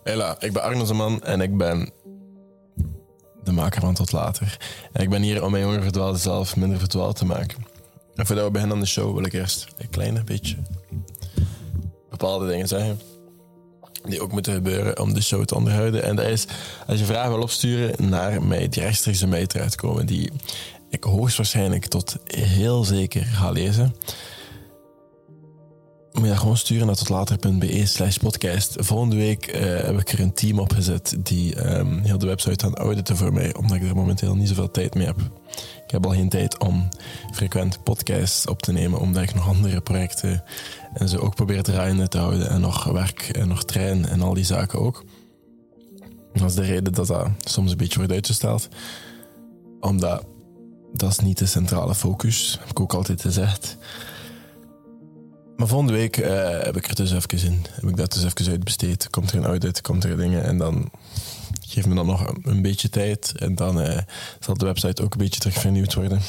Hela, ik ben Arno Zeman en ik ben de maker van Tot Later. En ik ben hier om mijn jonger verdwaalde zelf minder verdwaald te maken. En voordat we beginnen aan de show wil ik eerst een klein beetje bepaalde dingen zeggen die ook moeten gebeuren om de show te onderhouden. En dat is, als je vragen wil opsturen naar mij, die rechtstreeks bij mij terecht komen, die ik hoogstwaarschijnlijk tot heel zeker ga lezen, moet je dat gewoon sturen naar totlater.be/podcast. Volgende week heb ik er een team opgezet die heel de website gaan auditen voor mij, omdat ik er momenteel niet zoveel tijd mee heb. Ik heb al geen tijd om frequent podcasts op te nemen, omdat ik nog andere projecten en zo ook probeer draaiende te houden en nog werk en nog trein en al die zaken ook. Dat is de reden dat dat soms een beetje wordt uitgesteld, omdat dat is niet de centrale focus, heb ik ook altijd gezegd. Maar volgende week heb ik er dus even in. Heb ik dat dus even uitbesteed. Komt er een audit, komt er dingen en dan geef me dan nog een beetje tijd. En dan zal de website ook een beetje terug vernieuwd worden.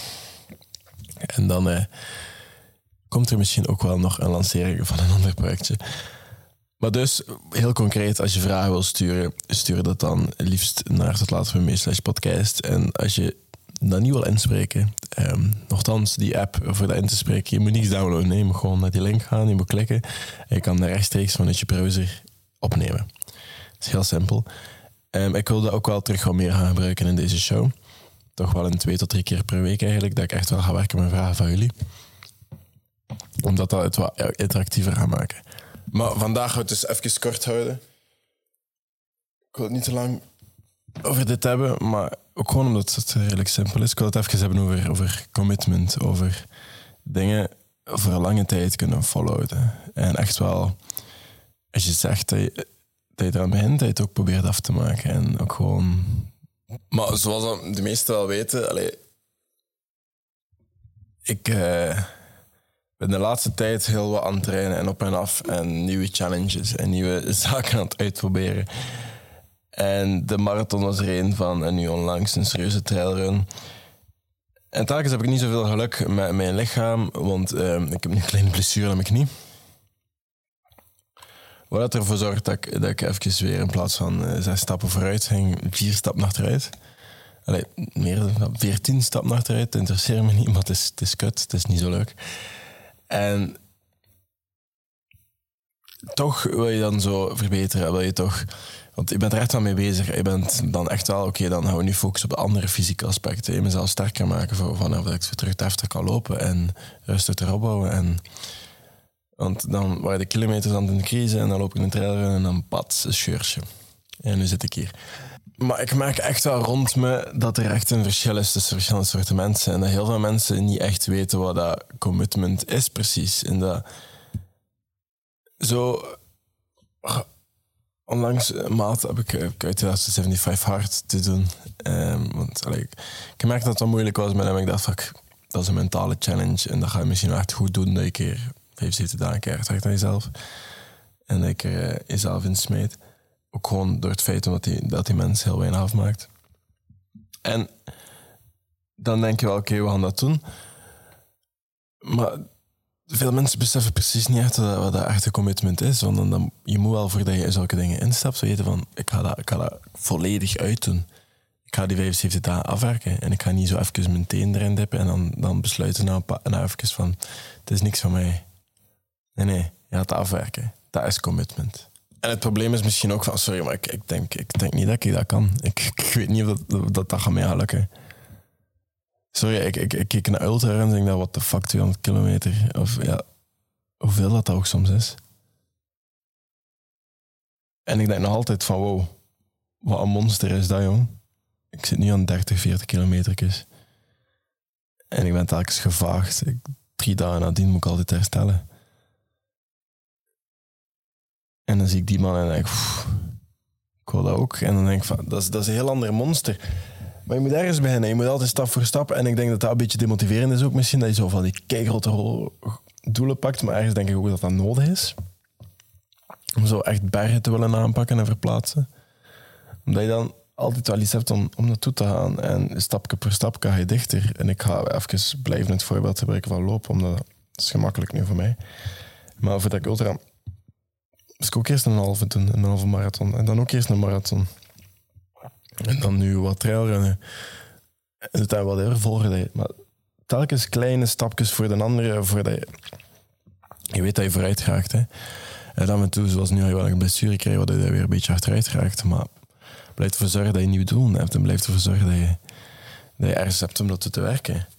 En dan komt er misschien ook wel nog een lancering van een ander projectje. Maar dus, heel concreet, als je vragen wil sturen, stuur dat dan liefst naar totlater.me/podcast. En als je dat niet wil inspreken, nochtans die app voor dat in te spreken, je moet niets downloaden, nee, je moet gewoon naar die link gaan, je moet klikken en je kan dat rechtstreeks vanuit je browser opnemen. Dat is heel simpel. Ik wil dat ook wel terug wat meer gaan gebruiken in deze show. Toch wel 2 tot 3 keer per week eigenlijk, dat ik echt wel ga werken met vragen van jullie. Omdat dat het wat interactiever gaat maken. Maar vandaag gaan we het dus even kort houden. Ik wil het niet te lang over dit hebben, maar ook gewoon omdat het redelijk simpel is. Ik wil het even hebben over commitment, over dingen voor een lange tijd kunnen volhouden. En echt wel, als je zegt dat je eraan begint, dat je het ook probeert af te maken. En ook gewoon... Maar zoals de meesten wel weten, ik ben de laatste tijd heel wat aan het trainen en op en af en nieuwe challenges en nieuwe zaken aan het uitproberen. En de marathon was er een van en nu onlangs een serieuze trailrun. En telkens heb ik niet zoveel geluk met mijn lichaam, want ik heb een kleine blessure aan mijn knie. Wat ervoor zorgt dat ik even weer in plaats van 6 stappen vooruit ging, 4 stappen achteruit. Meer dan 14 stappen achteruit. Dat interesseert me niet, maar het is kut. Het is niet zo leuk. En toch wil je dan zo verbeteren. Wil je toch... Want je bent er echt wel mee bezig. Je bent dan echt wel, oké, dan gaan we nu focussen op de andere fysieke aspecten. Je mezelf sterker maken vanaf dat ik terug deftig kan lopen en rustig erop bouwen. Want dan waren de kilometers aan het increasen en dan loop ik een trailrun en dan pats, een scheurtje. En nu zit ik hier. Maar ik merk echt wel rond me dat er echt een verschil is tussen verschillende soorten mensen. En dat heel veel mensen niet echt weten wat dat commitment is precies. En dat... Zo... Onlangs maand heb ik uit 75 hard te doen. Want ik merkte dat het wel moeilijk was met hem. Ik dacht, fuck, dat is een mentale challenge. En dat ga je misschien echt goed doen. Dat je keer 75 dagen keihard werkt aan jezelf. En dat ik er jezelf in smeet. Ook gewoon door het feit dat die mens heel weinig afmaakt. En dan denk je wel, oké, we gaan dat doen. Maar... Veel mensen beseffen precies niet echt wat dat echte commitment is. Want dan, je moet wel, voordat je in zulke dingen instapt, weten van, ik ga dat volledig uitdoen. Ik ga die 75 dagen afwerken. En ik ga niet zo even mijn teen erin dippen en dan besluiten na even van, het is niks van mij. Nee, je gaat het afwerken. Dat is commitment. En het probleem is misschien ook van, sorry, maar ik denk niet dat ik dat kan. Ik weet niet of dat gaat mij gaan lukken. Sorry, ik keek naar ultra en denk dat, what the fuck, 200 kilometer. Of ja, hoeveel dat ook soms is. En ik denk nog altijd van, wow, wat een monster is dat, jong. Ik zit nu aan 30, 40 kilometer. En ik ben telkens gevaagd. 3 dagen nadien moet ik altijd herstellen. En dan zie ik die man en denk ik wil dat ook. En dan denk ik van, dat is een heel ander monster. Maar je moet ergens beginnen. Je moet altijd stap voor stap. En ik denk dat dat een beetje demotiverend is ook misschien. Dat je zo van die keigrote doelen pakt. Maar ergens denk ik ook dat dat nodig is. Om zo echt bergen te willen aanpakken en verplaatsen. Omdat je dan altijd wel iets hebt om naartoe te gaan. En stapje per stapje ga je dichter. En ik ga even blijven het voorbeeld gebruiken van lopen. Omdat dat is gemakkelijk nu voor mij. Maar voordat ik ultra Dus ik ook eerst een halve marathon. En dan ook eerst een marathon. En dan nu wat trailrennen. En het daar whatever volgeleid. Maar telkens kleine stapjes voor de andere, voordat je weet dat je vooruit raakt. Hè. En af en toe, zoals nu, als je wel een blessure krijgt, waardoor je weer een beetje achteruit raakt. Maar blijf ervoor zorgen dat je nieuwe doelen hebt. En blijf ervoor zorgen dat je ergens hebt om dat te werken.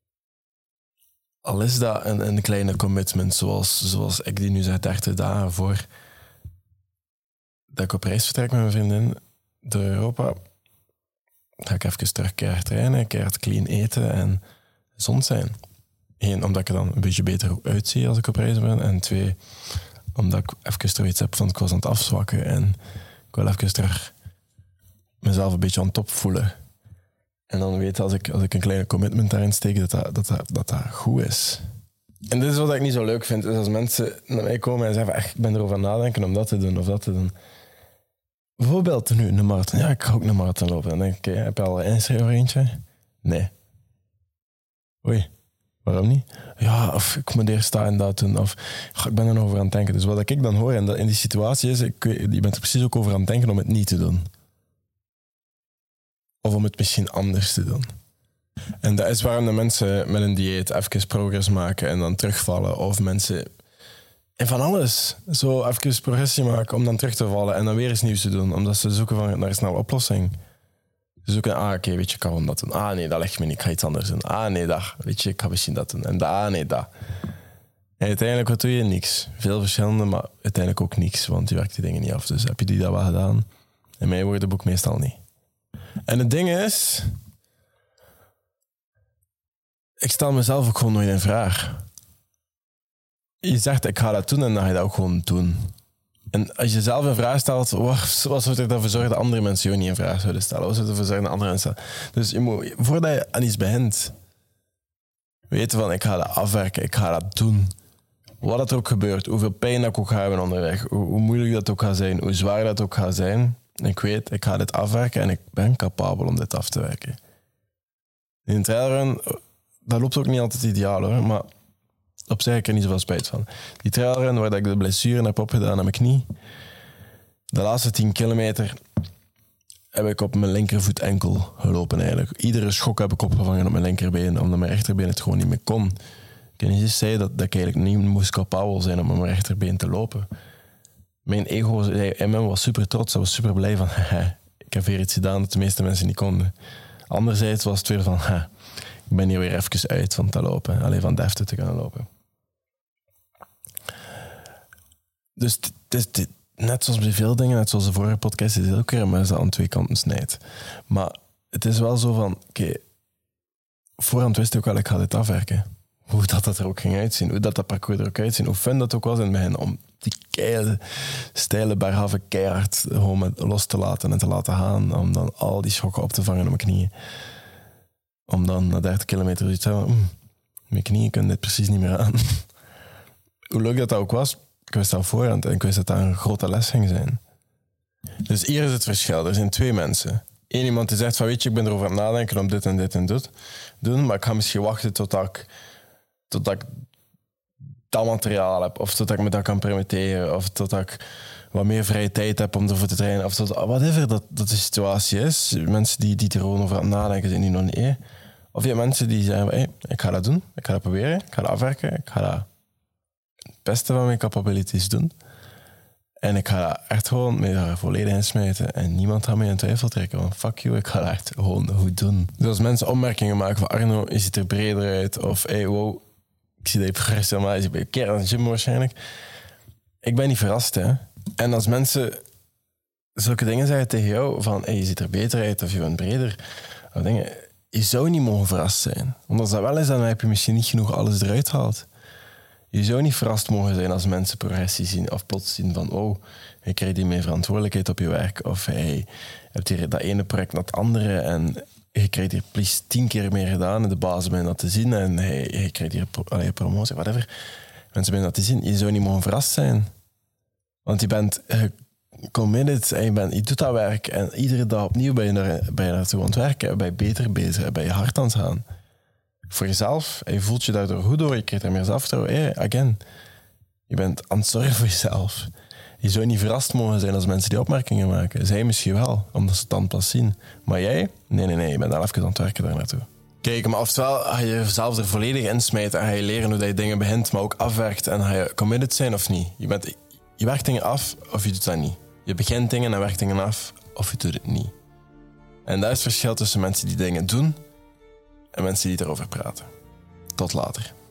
Al is dat een kleine commitment, zoals ik die nu zeg, 30 dagen voor dat ik op reis vertrek met mijn vriendin door Europa, ga ik even terug keihard trainen, keihard clean eten en gezond zijn. 1, omdat ik er dan een beetje beter uitzie als ik op reis ben. En 2, omdat ik even terug iets heb van ik was aan het afzwakken en ik wil even terug mezelf een beetje aan top voelen. En dan weet als ik een kleine commitment daarin steek, dat goed is. En dit is wat ik niet zo leuk vind, is als mensen naar mij komen en zeggen van, ik ben erover aan nadenken om dat te doen of dat te doen. Bijvoorbeeld nu een marathon. Ja, ik ga ook een marathon lopen. Dan denk ik, heb je al inschrijven eentje? Nee. Oei, waarom niet? Ja, of ik moet eerst staan en dat doen. Of ik ben er nog over aan het denken. Dus wat ik dan hoor in die situatie is, je bent er precies ook over aan het denken om het niet te doen. Of om het misschien anders te doen. En dat is waarom de mensen met een dieet even progress maken en dan terugvallen. Of mensen en van alles. Zo even progressie maken om dan terug te vallen en dan weer iets nieuws te doen. Omdat ze zoeken naar een snelle oplossing. Ze zoeken, oké, weet je, ik kan dat doen. Nee, dat ligt me niet, ik ga iets anders doen. Nee, dat, weet je, ik ga misschien dat doen. En nee, dat. En uiteindelijk, wat doe je? Niks. Veel verschillende, maar uiteindelijk ook niks, want je werkt die dingen niet af. Dus heb je die dat wel gedaan? In mijn woordenboek meestal niet. En het ding is, ik stel mezelf ook gewoon nooit in vraag. Je zegt, ik ga dat doen en dan ga je dat ook gewoon doen. En als je zelf een vraag stelt, wat zou er dan voor zorgen dat andere mensen jou niet in vraag zouden stellen? Wat zou er voor zorgen dat andere mensen... Dus je moet, voordat je aan iets begint, weten van, ik ga dat afwerken, ik ga dat doen. Wat het ook gebeurt, hoeveel pijn dat ik ook ga hebben onderweg, hoe moeilijk dat ook gaat zijn, hoe zwaar dat ook gaat zijn. Ik weet, ik ga dit afwerken en ik ben capabel om dit af te werken. In een trailrun, dat loopt ook niet altijd ideaal hoor, maar op zich heb ik er niet zoveel spijt van. Die trailrun waar ik de blessure heb opgedaan aan mijn knie, de laatste 10 kilometer heb ik op mijn linkervoet enkel gelopen eigenlijk. Iedere schok heb ik opgevangen op mijn linkerbeen, omdat mijn rechterbeen het gewoon niet meer kon. Kinesist zei dat ik eigenlijk niet moest capabel zijn om met mijn rechterbeen te lopen. Mijn ego in me was super trots, hij was super blij van ik heb weer iets gedaan dat de meeste mensen niet konden. Anderzijds was het weer van ik ben hier weer even uit van te lopen, alleen van deftig te gaan lopen. Dus het is net zoals bij veel dingen, net zoals de vorige podcast, is elke keer maar aan 2 kanten snijdt. Maar het is wel zo van, voorhand wist ik ook wel, ik ga dit afwerken. Hoe dat er ook ging uitzien, hoe dat parcours er ook uitzien, hoe fun dat ook was in het begin om die keile, steile berghaven keihard gewoon los te laten en te laten gaan, om dan al die schokken op te vangen op mijn knieën. Om dan na 30 kilometer iets te hebben, mijn knieën kunnen dit precies niet meer aan. Hoe leuk dat ook was, ik wist al voorhand en ik wist dat daar een grote les ging zijn. Dus hier is het verschil, er zijn 2 mensen. Eén iemand die zegt van, weet je, ik ben erover aan het nadenken om dit en dit en dit doen, maar ik ga misschien wachten totdat ik dat materiaal heb, of totdat ik me dat kan permitteren, of totdat ik wat meer vrije tijd heb om ervoor te trainen, of tot whatever dat de situatie is. Mensen die er gewoon over aan het nadenken zijn, die nog niet. Of je hebt mensen die zeggen, ik ga dat doen, ik ga dat proberen, ik ga dat afwerken, ik ga dat het beste van mijn capabilities doen. En ik ga dat echt gewoon mee daar volledig insmijten. En niemand gaat mij in twijfel trekken. Want fuck you, ik ga dat echt gewoon goed doen. Dus als mensen opmerkingen maken van Arno, je ziet er breder uit. Of wow, ik zie dat je progressie helemaal. Je ziet bij een keer aan de gym waarschijnlijk. Ik ben niet verrast, hè. En als mensen zulke dingen zeggen tegen jou van je ziet er beter uit of je bent breder. Dan denk je zou niet mogen verrast zijn. Want als dat wel is, dan heb je misschien niet genoeg alles eruit gehaald. Je zou niet verrast mogen zijn als mensen progressie zien of plots zien van je krijgt hier meer verantwoordelijkheid op je werk of je hebt hier dat ene project naar het andere en je krijgt hier please 10 keer meer gedaan en de baas ben dat te zien en je krijgt hier promotie, whatever. Mensen ben dat te zien. Je zou niet mogen verrast zijn. Want je bent committed en je doet dat werk en iedere dag opnieuw ben je naartoe aan het werken, ben je beter bezig, ben je hard aan het gaan. Voor jezelf, en je voelt je daardoor goed door, je krijgt er meer zelfvertrouwen. Again, je bent aan het zorgen voor jezelf. Je zou niet verrast mogen zijn als mensen die opmerkingen maken. Zij misschien wel, omdat ze het dan pas zien. Maar jij? Nee, je bent al even aan het werken daar naartoe. Kijk, maar oftewel ga je jezelf er volledig insmijten en ga je leren hoe je dingen begint, maar ook afwerkt en ga je committed zijn of niet. Je werkt dingen af of je doet dat niet. Je begint dingen en werkt dingen af of je doet het niet. En dat is het verschil tussen mensen die dingen doen en mensen die erover praten. Tot later.